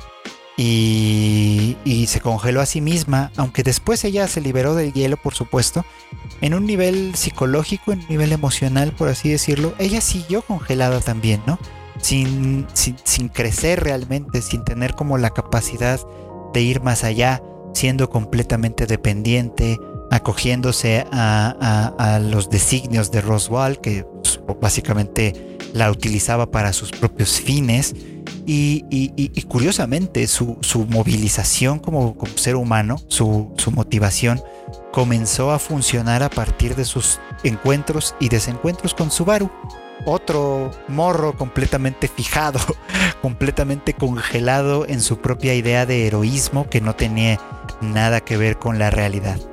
Speaker 1: y, y se congeló a sí misma, aunque después ella se liberó del hielo, por supuesto. En un nivel psicológico, en un nivel emocional, por así decirlo, ella siguió congelada también, ¿no? Sin, sin, sin crecer realmente, sin tener como la capacidad de ir más allá, siendo completamente dependiente, acogiéndose a, a, a los designios de Roswaal, que pues, básicamente la utilizaba para sus propios fines. Y, y, y, y curiosamente su, su movilización como, como ser humano, su, su motivación comenzó a funcionar a partir de sus encuentros y desencuentros con Subaru, otro morro completamente fijado, completamente congelado en su propia idea de heroísmo que no tenía nada que ver con la realidad.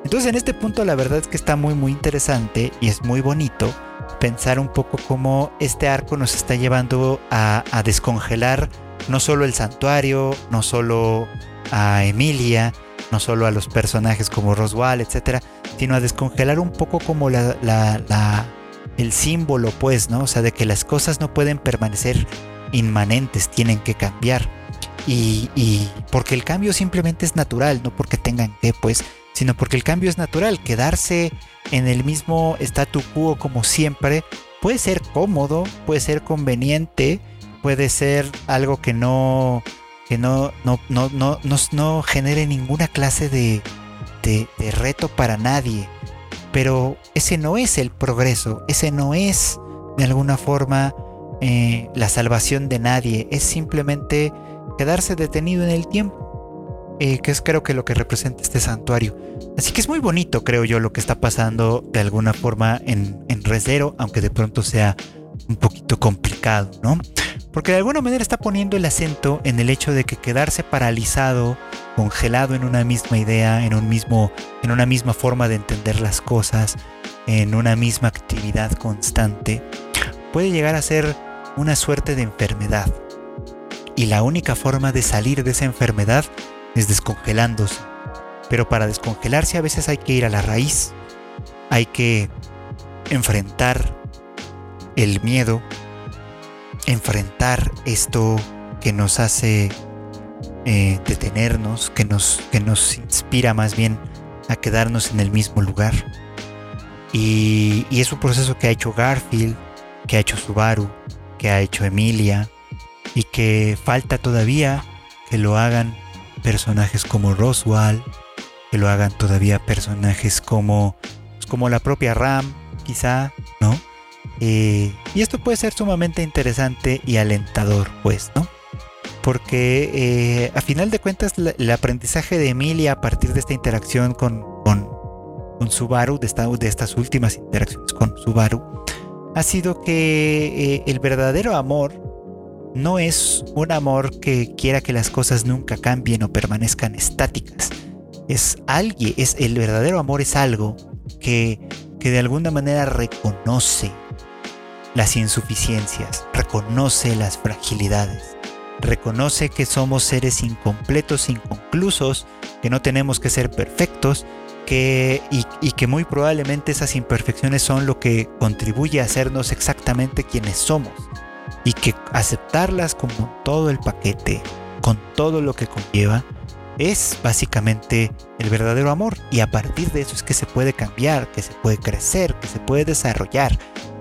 Speaker 1: Entonces en este punto la verdad es que está muy muy interesante y es muy bonito pensar un poco cómo este arco nos está llevando a, a descongelar no solo el santuario, no solo a Emilia, no solo a los personajes como Roswaal, etcétera, sino a descongelar un poco como la, la, la, el símbolo, pues, ¿no? O sea, de que las cosas no pueden permanecer inmanentes, tienen que cambiar. Y, y porque el cambio simplemente es natural, no porque tengan que, pues, sino porque el cambio es natural. Quedarse en el mismo statu quo como siempre puede ser cómodo, puede ser conveniente, puede ser algo que no que no no no no no, no genere ninguna clase de, de, de reto para nadie, pero ese no es el progreso, ese no es de alguna forma eh, la salvación de nadie, es simplemente quedarse detenido en el tiempo, eh, que es creo que lo que representa este santuario. Así que es muy bonito, creo yo, lo que está pasando de alguna forma en, en Re:Zero, aunque de pronto sea un poquito complicado, ¿no? Porque de alguna manera está poniendo el acento en el hecho de que quedarse paralizado, congelado en una misma idea, en un mismo, en una misma forma de entender las cosas, en una misma actividad constante, puede llegar a ser una suerte de enfermedad. Y la única forma de salir de esa enfermedad es descongelándose. Pero para descongelarse a veces hay que ir a la raíz, hay que enfrentar el miedo, enfrentar esto que nos hace eh, detenernos, que nos, que nos inspira más bien a quedarnos en el mismo lugar. Y, y es un proceso que ha hecho Garfield, que ha hecho Subaru, que ha hecho Emilia, y que falta todavía que lo hagan personajes como Roswaal, que lo hagan todavía personajes como, pues como la propia Ram, quizá, ¿no? Eh, y esto puede ser sumamente interesante y alentador, pues, ¿no? Porque eh, a final de cuentas la, el aprendizaje de Emilia a partir de esta interacción con, con, con Subaru, de, esta, de estas últimas interacciones con Subaru, ha sido que eh, el verdadero amor no es un amor que quiera que las cosas nunca cambien o permanezcan estáticas. Es alguien, es el verdadero amor es algo que, que de alguna manera reconoce las insuficiencias, reconoce las fragilidades, reconoce que somos seres incompletos, inconclusos, que no tenemos que ser perfectos, que, y, y que muy probablemente esas imperfecciones son lo que contribuye a hacernos exactamente quienes somos, y que aceptarlas como todo el paquete, con todo lo que conlleva, es básicamente el verdadero amor. Y a partir de eso es que se puede cambiar, que se puede crecer, que se puede desarrollar.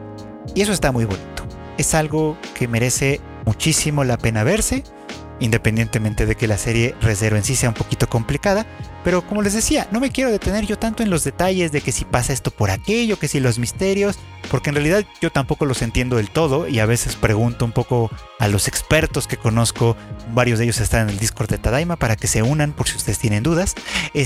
Speaker 1: Y eso está muy bonito. Es algo que merece muchísimo la pena verse, independientemente de que la serie Re:Zero en sí sea un poquito complicada. Pero como les decía, no me quiero detener yo tanto en los detalles de que si pasa esto por aquello, que si los misterios, porque en realidad yo tampoco los entiendo del todo y a veces pregunto un poco a los expertos que conozco, varios de ellos están en el Discord de Tadaima para que se unan por si ustedes tienen dudas,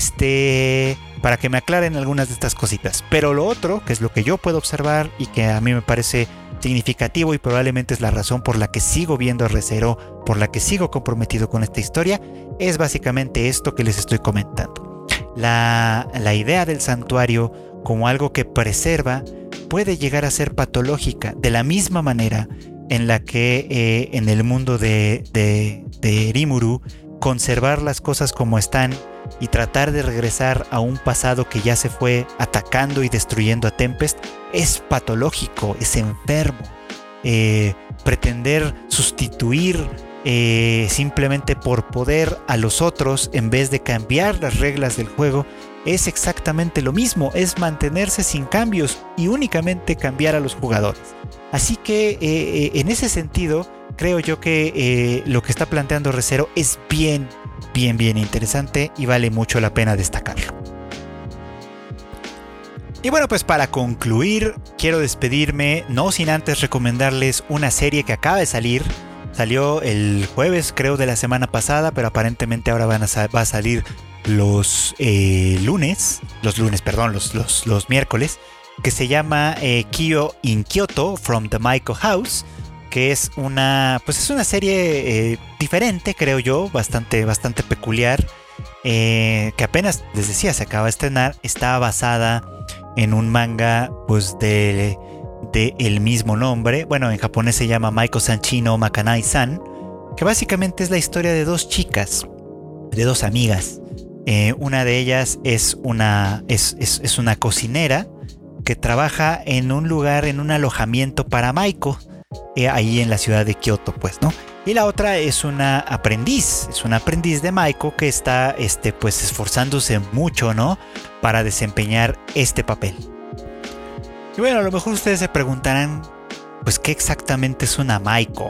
Speaker 1: este, para que me aclaren algunas de estas cositas. Pero lo otro, que es lo que yo puedo observar y que a mí me parece significativo y probablemente es la razón por la que sigo viendo Re:Zero, por la que sigo comprometido con esta historia, es básicamente esto que les estoy comentando. La, la idea del santuario como algo que preserva puede llegar a ser patológica, de la misma manera en la que eh, en el mundo de, de, de Rimuru, conservar las cosas como están y tratar de regresar a un pasado que ya se fue atacando y destruyendo a Tempest es patológico, es enfermo. Eh, pretender sustituir eh, simplemente por poder a los otros en vez de cambiar las reglas del juego es exactamente lo mismo, es mantenerse sin cambios y únicamente cambiar a los jugadores. Así que eh, en ese sentido creo yo que eh, lo que está planteando Re:Zero es bien, bien, bien interesante y vale mucho la pena destacarlo. Y bueno, pues para concluir, quiero despedirme, no sin antes recomendarles una serie que acaba de salir. Salió el jueves, creo, de la semana pasada, pero aparentemente ahora van a, va a salir los eh, lunes, los lunes, perdón, los, los, los miércoles, que se llama eh, Kyo in Kyoto from the Maiko House, que es una, pues es una serie eh, diferente, creo yo, bastante, bastante peculiar, eh, que apenas, les decía, se acaba de estrenar, está basada en un manga pues de, de el mismo nombre. Bueno, en japonés se llama Maiko-san no Makanai-san, que básicamente es la historia de dos chicas, de dos amigas. Eh, una de ellas es una, es, es, es una cocinera que trabaja en un lugar, en un alojamiento para Maiko, eh, ahí en la ciudad de Kioto, pues, ¿no? Y la otra es una aprendiz, es una aprendiz de Maiko que está, este, pues, esforzándose mucho, ¿no? Para desempeñar este papel. Y bueno, a lo mejor ustedes se preguntarán, pues, ¿qué exactamente es una Maiko?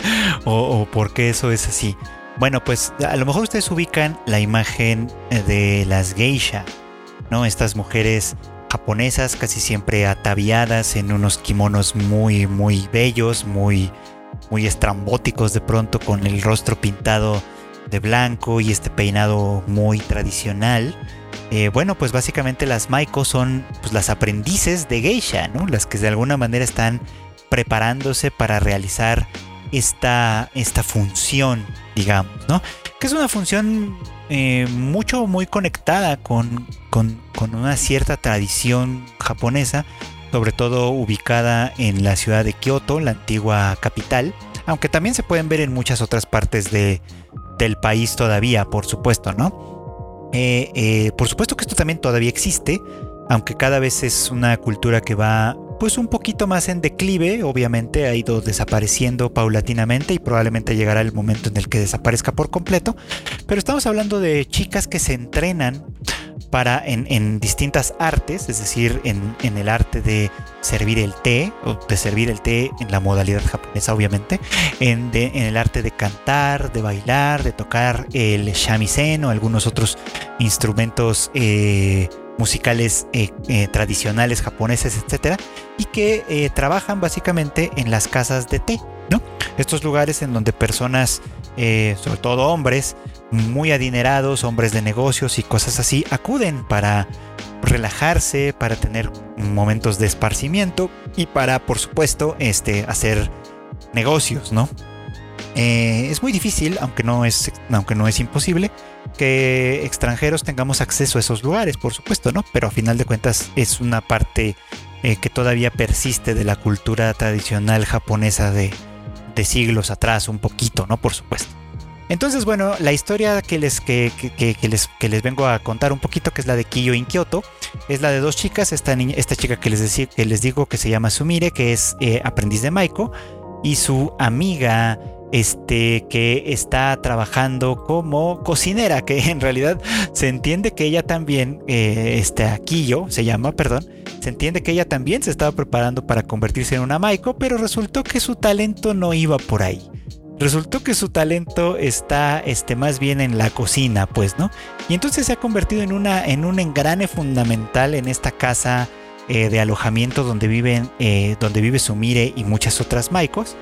Speaker 1: o, o por qué eso es así. Bueno, pues, a lo mejor ustedes ubican la imagen de las geisha, ¿no? Estas mujeres japonesas casi siempre ataviadas en unos kimonos muy, muy bellos, muy, muy estrambóticos de pronto, con el rostro pintado de blanco y este peinado muy tradicional. Eh, bueno, pues básicamente las Maiko son pues, las aprendices de geisha, ¿no? Las que de alguna manera están preparándose para realizar esta, esta función, digamos, ¿no? Que es una función eh, mucho, muy conectada con, con, con una cierta tradición japonesa, sobre todo ubicada en la ciudad de Kioto, la antigua capital, aunque también se pueden ver en muchas otras partes de, del país todavía, por supuesto, ¿no? Eh, eh, por supuesto que esto también todavía existe, aunque cada vez es una cultura que va pues un poquito más en declive. Obviamente ha ido desapareciendo paulatinamente y probablemente llegará el momento en el que desaparezca por completo, pero estamos hablando de chicas que se entrenan para en, en distintas artes, es decir, en, en el arte de servir el té, o de servir el té en la modalidad japonesa, obviamente, en, de, en el arte de cantar, de bailar, de tocar el shamisen o algunos otros instrumentos eh, musicales eh, eh, tradicionales japoneses, etcétera, y que eh, trabajan básicamente en las casas de té, ¿no? Estos lugares en donde personas, eh, sobre todo hombres, muy adinerados, hombres de negocios y cosas así, acuden para relajarse, para tener momentos de esparcimiento y para, por supuesto, este, hacer negocios, ¿no? Eh, es muy difícil, aunque no es, aunque no es imposible, que extranjeros tengamos acceso a esos lugares, por supuesto, ¿no? Pero a final de cuentas es una parte eh, que todavía persiste de la cultura tradicional japonesa de, de siglos atrás, un poquito, ¿no? Por supuesto. Entonces, bueno, la historia que les, que, que, que, les, que les vengo a contar un poquito, que es la de Kiyo in Kyoto, es la de dos chicas. Esta, niña, esta chica que les, decí, que les digo que se llama Sumire, que es eh, aprendiz de Maiko, y su amiga este, que está trabajando como cocinera, que en realidad se entiende que ella también, eh, este, Kiyo se llama, perdón, se entiende que ella también se estaba preparando para convertirse en una Maiko, pero resultó que su talento no iba por ahí. Resultó que su talento está este, más bien en la cocina, pues, ¿no? Y entonces se ha convertido en, una, en un engrane fundamental en esta casa eh, de alojamiento donde viven, eh, donde vive Sumire y muchas otras Maikos.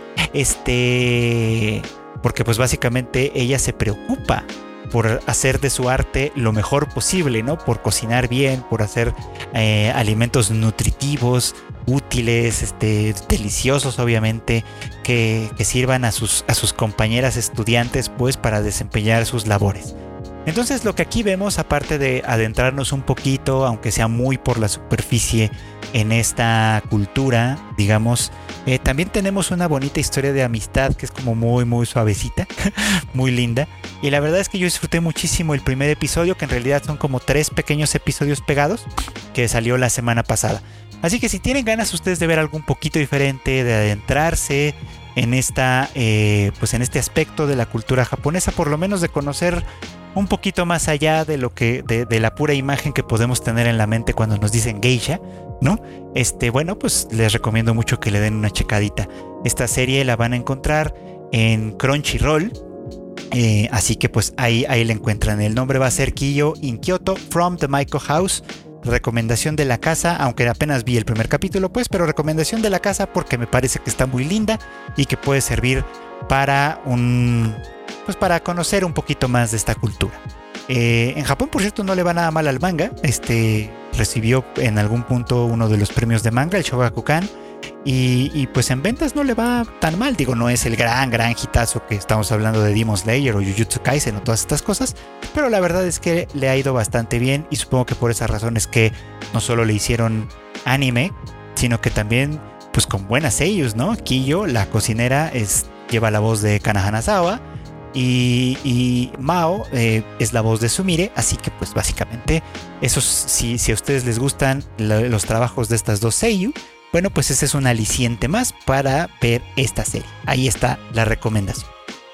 Speaker 1: Este, porque pues básicamente ella se preocupa por hacer de su arte lo mejor posible, ¿no? Por cocinar bien, por hacer eh, alimentos nutritivos, útiles, este, deliciosos, obviamente, que, que sirvan a sus, a sus compañeras estudiantes, pues, para desempeñar sus labores. Entonces, lo que aquí vemos, aparte de adentrarnos un poquito, aunque sea muy por la superficie, en esta cultura, digamos, eh, también tenemos una bonita historia de amistad que es como muy, muy suavecita, muy linda. Y la verdad es que yo disfruté muchísimo el primer episodio, que en realidad son como tres pequeños episodios pegados, que salió la semana pasada. Así que si tienen ganas ustedes de ver algo un poquito diferente, de adentrarse en esta, eh, pues en este aspecto de la cultura japonesa, por lo menos de conocer un poquito más allá de lo que, de, de la pura imagen que podemos tener en la mente cuando nos dicen geisha, ¿no? Este, bueno, pues les recomiendo mucho que le den una checadita. Esta serie la van a encontrar en Crunchyroll. Eh, así que pues ahí, ahí la encuentran. El nombre va a ser Kiyo in Kyoto from the Maiko House. Recomendación de la casa, aunque apenas vi el primer capítulo, pues, pero recomendación de la casa porque me parece que está muy linda y que puede servir para un, pues para conocer un poquito más de esta cultura. Eh, en Japón, por cierto, no le va nada mal al manga. Este recibió en algún punto uno de los premios de manga, el Shogakukan, Y, y pues en ventas no le va tan mal. Digo, no es el gran, gran hitazo que estamos hablando de Demon Slayer o Jujutsu Kaisen o todas estas cosas, pero la verdad es que le ha ido bastante bien y supongo que por esa razón es que no solo le hicieron anime, sino que también pues con buenas seiyus, ¿no? Kiyo, la cocinera, es, lleva la voz de Kana Hanazawa y, y Mao eh, es la voz de Sumire, así que pues básicamente esos, si, si a ustedes les gustan la, los trabajos de estas dos seiyu, bueno, pues ese es un aliciente más para ver esta serie. Ahí está la recomendación.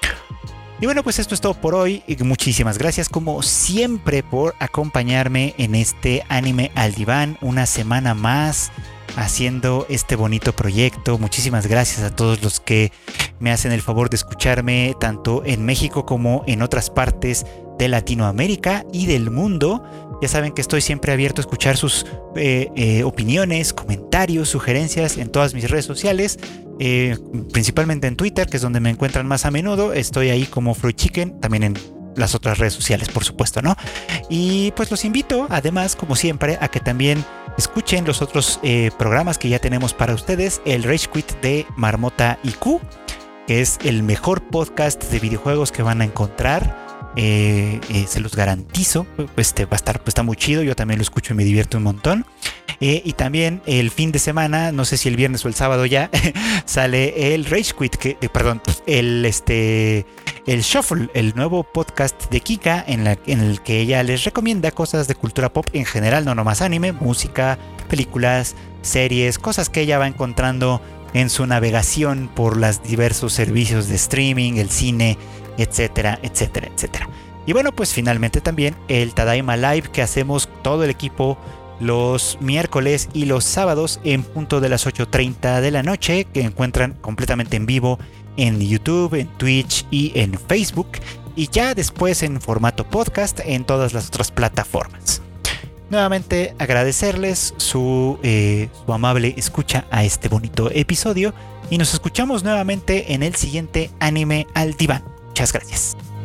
Speaker 1: Y bueno, pues esto es todo por hoy. Muchísimas gracias como siempre por acompañarme en este Anime al Diván. Una semana más haciendo este bonito proyecto. Muchísimas gracias a todos los que me hacen el favor de escucharme tanto en México como en otras partes de Latinoamérica y del mundo. Ya saben que estoy siempre abierto a escuchar sus eh, eh, opiniones, comentarios, sugerencias en todas mis redes sociales, eh, principalmente en Twitter, que es donde me encuentran más a menudo. Estoy ahí como Fruit Chicken, también en las otras redes sociales, por supuesto, ¿no? Y pues los invito, además, como siempre, a que también escuchen los otros eh, programas que ya tenemos para ustedes. El Rage Quit de Marmota I Q, que es el mejor podcast de videojuegos que van a encontrar. Eh, eh, se los garantizo, este va a estar, pues está muy chido, yo también lo escucho y me divierto un montón. Eh, y también el fin de semana, no sé si el viernes o el sábado ya, sale el Rage Quit, que, eh, perdón, el este el Shuffle, el nuevo podcast de Kika, en, la, en el que ella les recomienda cosas de cultura pop en general, no nomás anime, música, películas, series, cosas que ella va encontrando en su navegación por los diversos servicios de streaming, el cine, etcétera, etcétera, etcétera. Y bueno, pues finalmente también el Tadaima Live que hacemos todo el equipo los miércoles y los sábados en punto de las ocho treinta de la noche, que encuentran completamente en vivo en YouTube, en Twitch y en Facebook, y ya después en formato podcast en todas las otras plataformas. Nuevamente agradecerles su, eh, su amable escucha a este bonito episodio y nos escuchamos nuevamente en el siguiente Anime al Diván. Muchas gracias.